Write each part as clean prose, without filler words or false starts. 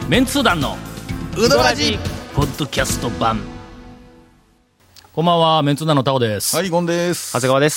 メンツー団のウドラジポッドキャスト版。こんばんは、メンツー団のタオです。 はい、ゴンです。 長谷川です。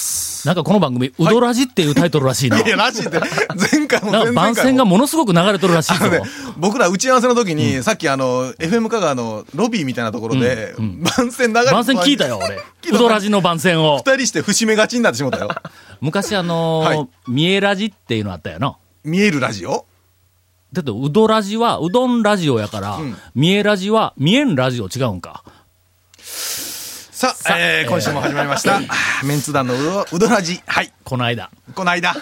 なんかこの番組、ウドラジっていうタイトルらしいな。 いや、らしいって。前回も前々回も。 番宣がものすごく流れとるらしいぞ。 僕ら打ち合わせの時に、さっきFM 香川のロビーみたいなところで、番宣流れて番宣聞いたよ、俺。ウドラジの番宣を。 二人して節目がちになってしまったよ。 昔見えラジっていうのあったよな。 見えるラジオだってウドラジはうどんラジオやから、見えラジは見えんラジオ違うんか。 さあ、今週も始まりました。メンツ団のうどラジ。はい。 この間な四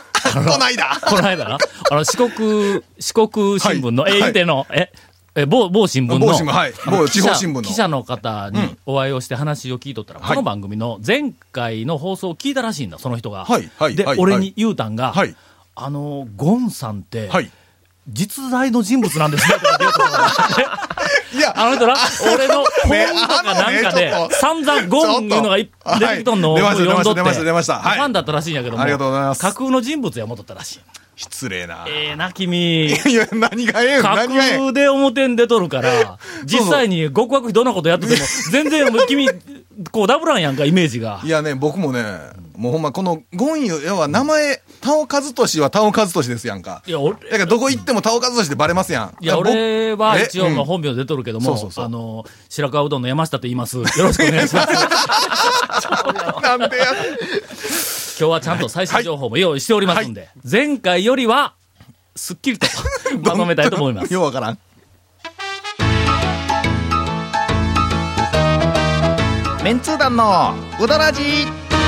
国新聞の、言うての、某新聞の、 某地方新聞の記者の方にお会いをして話を聞いとったら、この番組の前回の放送を聞いたらしいんだ、その人が。で、俺に言うたんが、ゴンさんって、実在の人物なんですね、とか言うといや、 あの人な、俺の本とかなんかで、散々ゴンいうのが出てきとんのを読んどって、ファンだったらしいんやけども、 ありがとうございます。 架空の人物や思っとったらしい。 失礼な。 な、君。 いや、何がええん架空で表に出とるから、実際に極悪非どんなことやってても、全然君、こうダブらんやんか、イメージが。 いやね、僕もね、もうほんま、このゴンユ、要は名前、田尾和俊は田尾和俊ですやんか。いや、だからどこ行っても田尾和俊でバレますやん。 いや、俺は一応本名出とるけども、白川うどんの山下と言います。よろしくお願いします。 なんでや。 今日はちゃんと最新情報も用意しておりますんで、前回よりは、すっきりとまとめたいと思います。 ようわからん。メンツー団のうどらじ。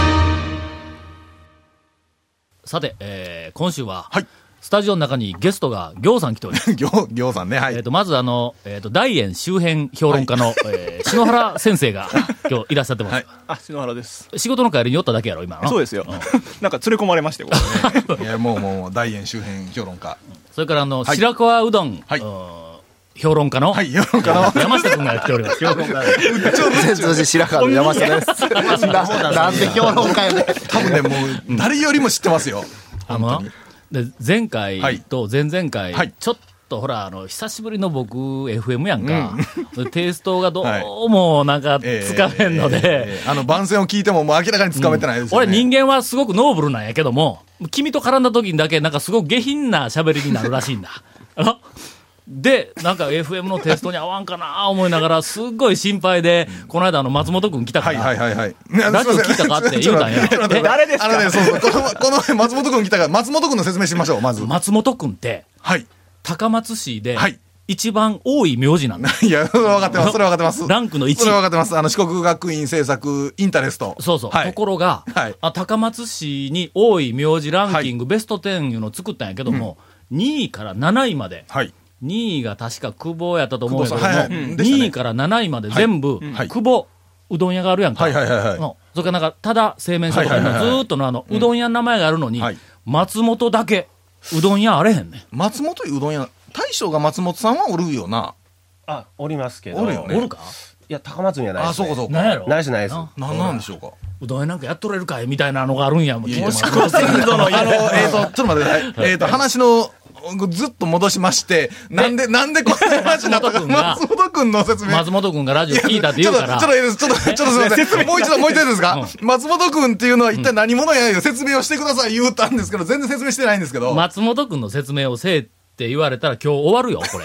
さて、今週は、スタジオの中にゲストが行さん来ております。 行さんね、はい。 まず大円周辺評論家の、篠原先生が今日いらっしゃってます。 篠原です。 仕事の帰りに寄っただけやろ、今の。 そうですよ。なんか連れ込まれまして、これね。 いや、もう、大円周辺評論家。 それから白川うどん、評論家の、山下君が来ております。評論家。 通じ白川の山下です。なんで評論家やね。 多分ね、もう、誰よりも知ってますよ。本当に。 で、前回と前々回、ちょっとほら、久しぶりの僕、FM やんか。テイストがどうもなんか、つかめんので。 番宣を聞いてももう明らかにつかめてないですよね。 俺人間はすごくノーブルなんやけども、君と絡んだ時にだけなんかすごく下品な喋りになるらしいんだ。で、なんか FM のテストに合わんかな思いながら、すっごい心配で、この間松本くん来たから、ラジオ聞いたかって言うたんや。 誰ですか？ そう、この松本くん来たから、松本くんの説明しましょう、まず。 松本くんって、高松市で、一番多い名字なんだ。 いや、分かってます、それ分かってます。 ランクの1位。 それ分かってます。四国学院政策インタレスト。 そうそう。ところが、高松市に多い名字ランキング、ベスト10いうのを作ったんやけども、2位から7位まで。2位が確か久保やったと思うんやけども、2位から7位まで全部、久保うどん屋があるやんか。それからなんか、ただ製麺所とかずーっとのうどん屋の名前があるのに、松本だけ、うどん屋あれへんね。 松本いううどん屋、大将が松本さんはおるよな。 あ、おりますけど。 おるよね。 おるか？ いや、高松にはないです。 そうかそうか。 何やろ？ ないです。 何なんでしょうか。 うどん屋なんかやっとれるかいみたいなのがあるんやもん。 ちょっと待ってください。話の、ずっと戻しまして、なんでこんな話になったか、松本くんの説明。 松本くんがラジオ聞いたって言うから。 ちょっとすいません。もう一度いいですか？松本くんっていうのは一体何者やよ、説明をしてください言うたんですけど、全然説明してないんですけど。 松本くんの説明をせえって言われたら今日終わるよ、これ。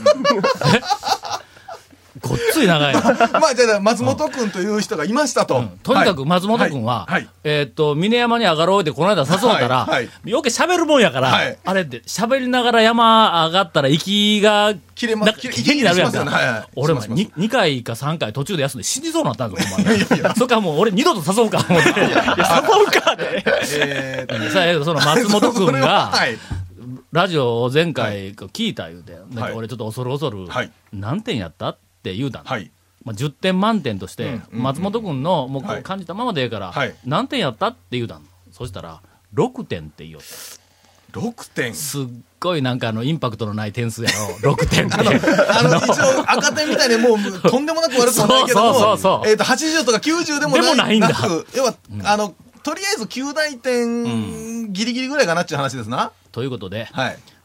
ごっつい長いな。 まあ、じゃあ、松本くんという人がいましたと。 とにかく松本くんは、峰山に上がろうってこの間誘うたら、よけ喋るもんやから、あれって喋りながら山上がったら息が、 気になるやんか。俺も2回か3回途中で休んで死にそうになったんですよ、お前。そっかもう俺二度と誘うか思って。誘うかね。その松本くんが、ラジオを前回聞いた言うて、俺ちょっと恐る何点やったって言うたんだ。10点満点として、松本君のもう感じたままでええから、何点やったって言うたん。そしたら、6点って言おうと。 6点すっごいなんかインパクトのない点数やろ、6点って。 一応赤点みたいにもうとんでもなく悪くもないけども、80とか90でもないんだ。要は、とりあえず9大点ギリギリぐらいかなっていう話ですな。 ということで、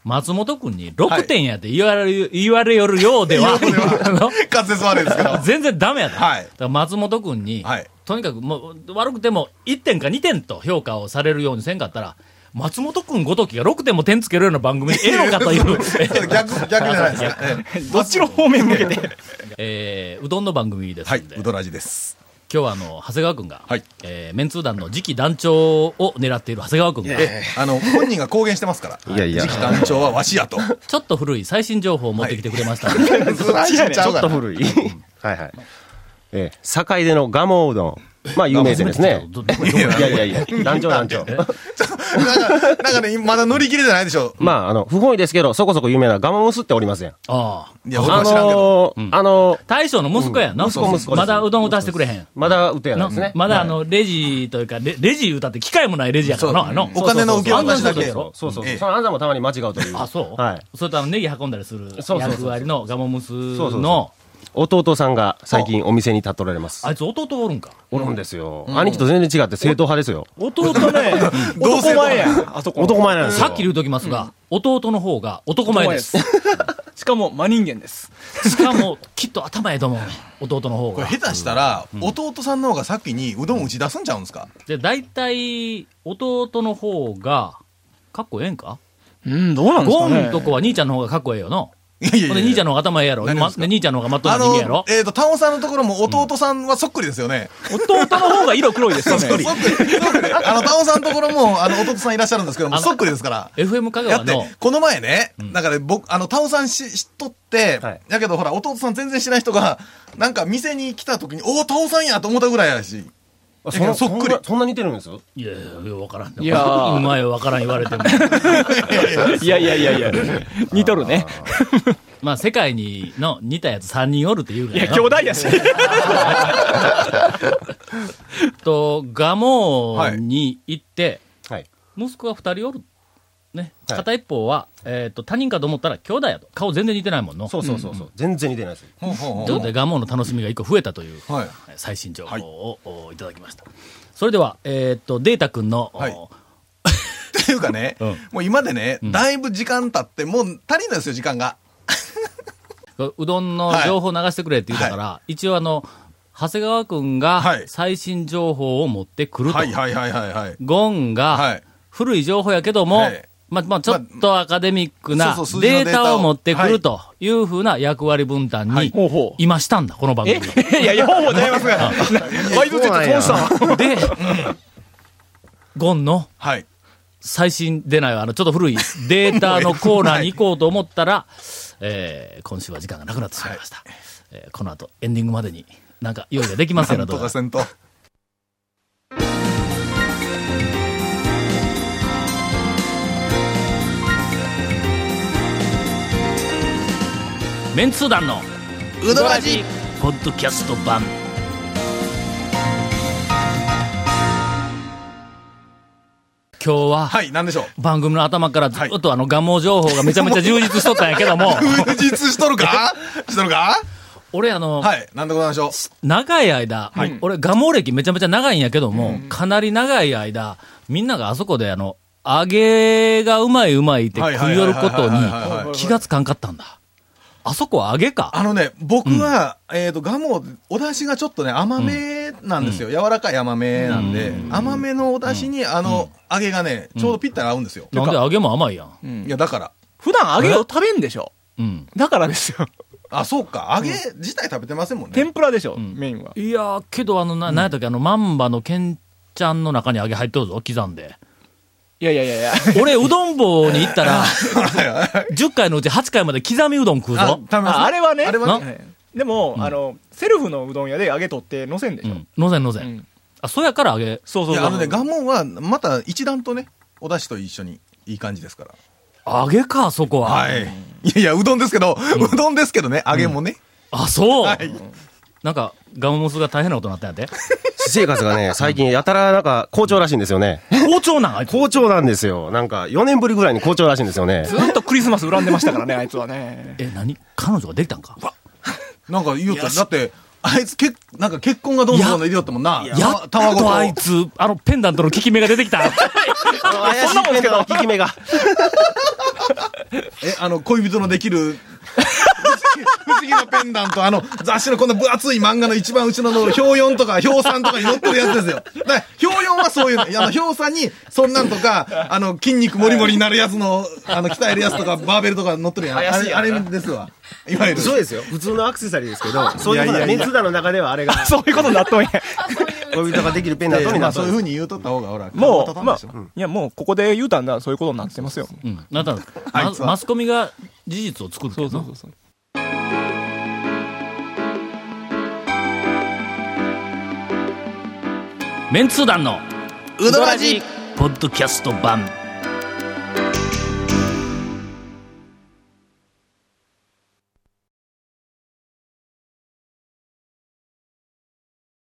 松本くんに6点やって言われよるようでは、 滑舌悪いですけど。 全然ダメやと。 はいだから松本くんに、 はいとにかくもう悪くても1点か2点と評価をされるようにせんかったら、松本くんごときが6点も点つけるような番組にええのかという。 逆じゃないですか。 どっちの方面向けて。 うどんの番組ですはいんで、、 うどらじです。 今日は長谷川くんが、 はいメンツー団の次期団長を狙っている長谷川くんが、 本人が公言してますから。 いやいや次期団長はわしやと。 ちょっと古い最新情報を持ってきてくれましたので、 そっちちゃうちょっから。 と古い。はいはい。坂出の蒲生うどん。まあ有名店ですね。いやいや、団長。 なんかね、まだ乗り切れじゃないでしょ。 まあ不本意ですけど、そこそこ有名な蒲生すっておりません。 ああ。 いや、僕は知らんけど。 大将の息子やの、 息子ですまだうどんを出してくれへん。 まだ売ってやないですね。 まだレジというか、レジ歌って機械もないレジやからな、 お金の受け渡しだけ。 そう。その暗算もたまに間違うという。 あ、そうはい。 それとネギ運んだりするそう役割のガモムスそうの、 弟さんが最近お店に立っとられます。 あいつ弟おるんか。 おるんですよ。兄貴と全然違って正統派ですよ。 弟ね、男前やん。あそこ。 男前なんですよ。 さっき言うときますが、弟の方が男前です。 しかも真人間です。 しかも、きっと頭ええと思うね。弟の方が。 これ下手したら、弟さんの方が先にうどん打ち出すんちゃうんですか？ で、大体、弟の方が、かっこええんか？ どうなんですかね。 ゴンのとこは兄ちゃんの方がかっこええよな。 いやいやいや。 ほんで兄ちゃんの方が頭ええやろ。 何ですか兄ちゃんの方がまっとうな人間やろ。 タオさんのところも弟さんはそっくりですよね。 弟の方が色黒いですよね。 そっくり。タオさんのところも、弟さんいらっしゃるんですけども、そっくりですから。 FM 香だって川の、 この前ね、なんかね、僕、タオさん知っとって、 はいやけどほら、弟さん全然知らない人が、なんか店に来た時に、おー、タオさんやと思ったぐらいやし。そっくり。 そんな似てるんです？ いやいや、わからん。 いやーうまいわからん言われても。 いや。似とるね。 まあ、世界にの似たやつ3人おるって言うかいや、 らな。 兄弟やし。 ガモに行って、 はい。 息子が2人おる。ね。 はい片一方は、他人かと思ったら兄弟やと。顔全然似てないもんの。 そう。全然似てないです。 ほうほうほうということで、ガモの楽しみが1個増えたという、 はい最新情報をいただきました。それでは、データ君の、 はいっていうかね、もう今でね、だいぶ時間経って、もう足りないですよ、時間が。 うどんの情報流してくれって言ったから、一応長谷川君がはい最新情報を持ってくると。 はいはいはいはいはい。 ゴンはがい古い情報やけども、 はいまあちょっとアカデミックなそうそう数字のデーデータをタを持ってくるというふうな役割分担にほうほう。 今したんだ、この番組は。 いや、ほうほうちゃいますが。ワイドツイット損した。 で、ゴンのはい。 最新出ないちょっと古いデータのコーナーに行こうと思ったら、今週は時間がなくなってしまいました。この後エンディングまでになんか用意ができますよね、 なんとかせんと。 メンツー団のうどらじポッドキャスト版。今日ははい、なんでしょう。 番組の頭からずっとガモ情報がめちゃめちゃ充実しとったんやけども、 充実しとるかしとるか俺はい、なんでございましょう。 長い間、俺ガモ歴めちゃめちゃ長いんやけども、かなり長い間、みんながあそこで揚げがうまいうまいって食い寄ることに気がつかんかったんだ。あそこは揚げか。 僕は、ガモ、お出汁がちょっとね、甘めなんですよ。柔らかい甘めなんで、甘めのお出汁に、揚げがね、ちょうどぴったり合うんですよ。 なんで揚げも甘いやん。 いや、だから。 普段揚げを食べんでしょ。 うん。 だからですよ。 あ、そうか。揚げ自体食べてませんもんね。 天ぷらでしょ、メインは。 いやー、けどなんやったっけ、マンバのケンちゃんの中に揚げ入っとるぞ、刻んで。 いや。 俺、うどん棒に行ったら、10回のうち8回まで刻みうどん食うぞ。 あれはね。 あれはね。 はいでも、セルフのうどん屋で揚げ取って乗せんでしょ。 のせん。 んあ、そうやから揚げ。 いや、 そうそうそう。 ガモは、また一段とね、お出汁と一緒にいい感じですから。 揚げか、そこは。 はい。いや、うどんですけど、うどんですけどね、揚げもね。 あ、そう。 はい。 なんか、ガムモスが大変なことになったんやて。 私生活がね、最近やたらなんか好調らしいんですよね。 好調なんあいつ。 好調なんですよ。なんか4年ぶりぐらいに好調らしいんですよね。 ずっとクリスマス恨んでましたからね、あいつはね。 何彼女ができたんか。 なんか言うただって、あいつなんか結婚がどんどん言いよってもんな。 やっとあいつ、ペンダントの効き目が出てきた。 怪しいペンダの効き目が。 恋人のできる、不思議なペンダント、雑誌のこんな分厚い漫画の一番後ろの表4とか表3とかに載ってるやつですよ。だから表4はそういうの、表3に、そんなんとか、筋肉もりもりになるやつの、鍛えるやつとか、バーベルとか載ってるやん。あれですわ。いわゆる。 そうですよ。普通のアクセサリーですけど、そういうことは、熱田の中ではあれが。 そういうことになっとんや。 恋人ができるペンダントになっとんそういう風に言うとった方が、ほら、 もう、いや、もう、ここで言うたんだ、そういうことになってますよ。 なんだマスコミが事実を作るけど。そう。メンツー団のうどらじポッドキャスト版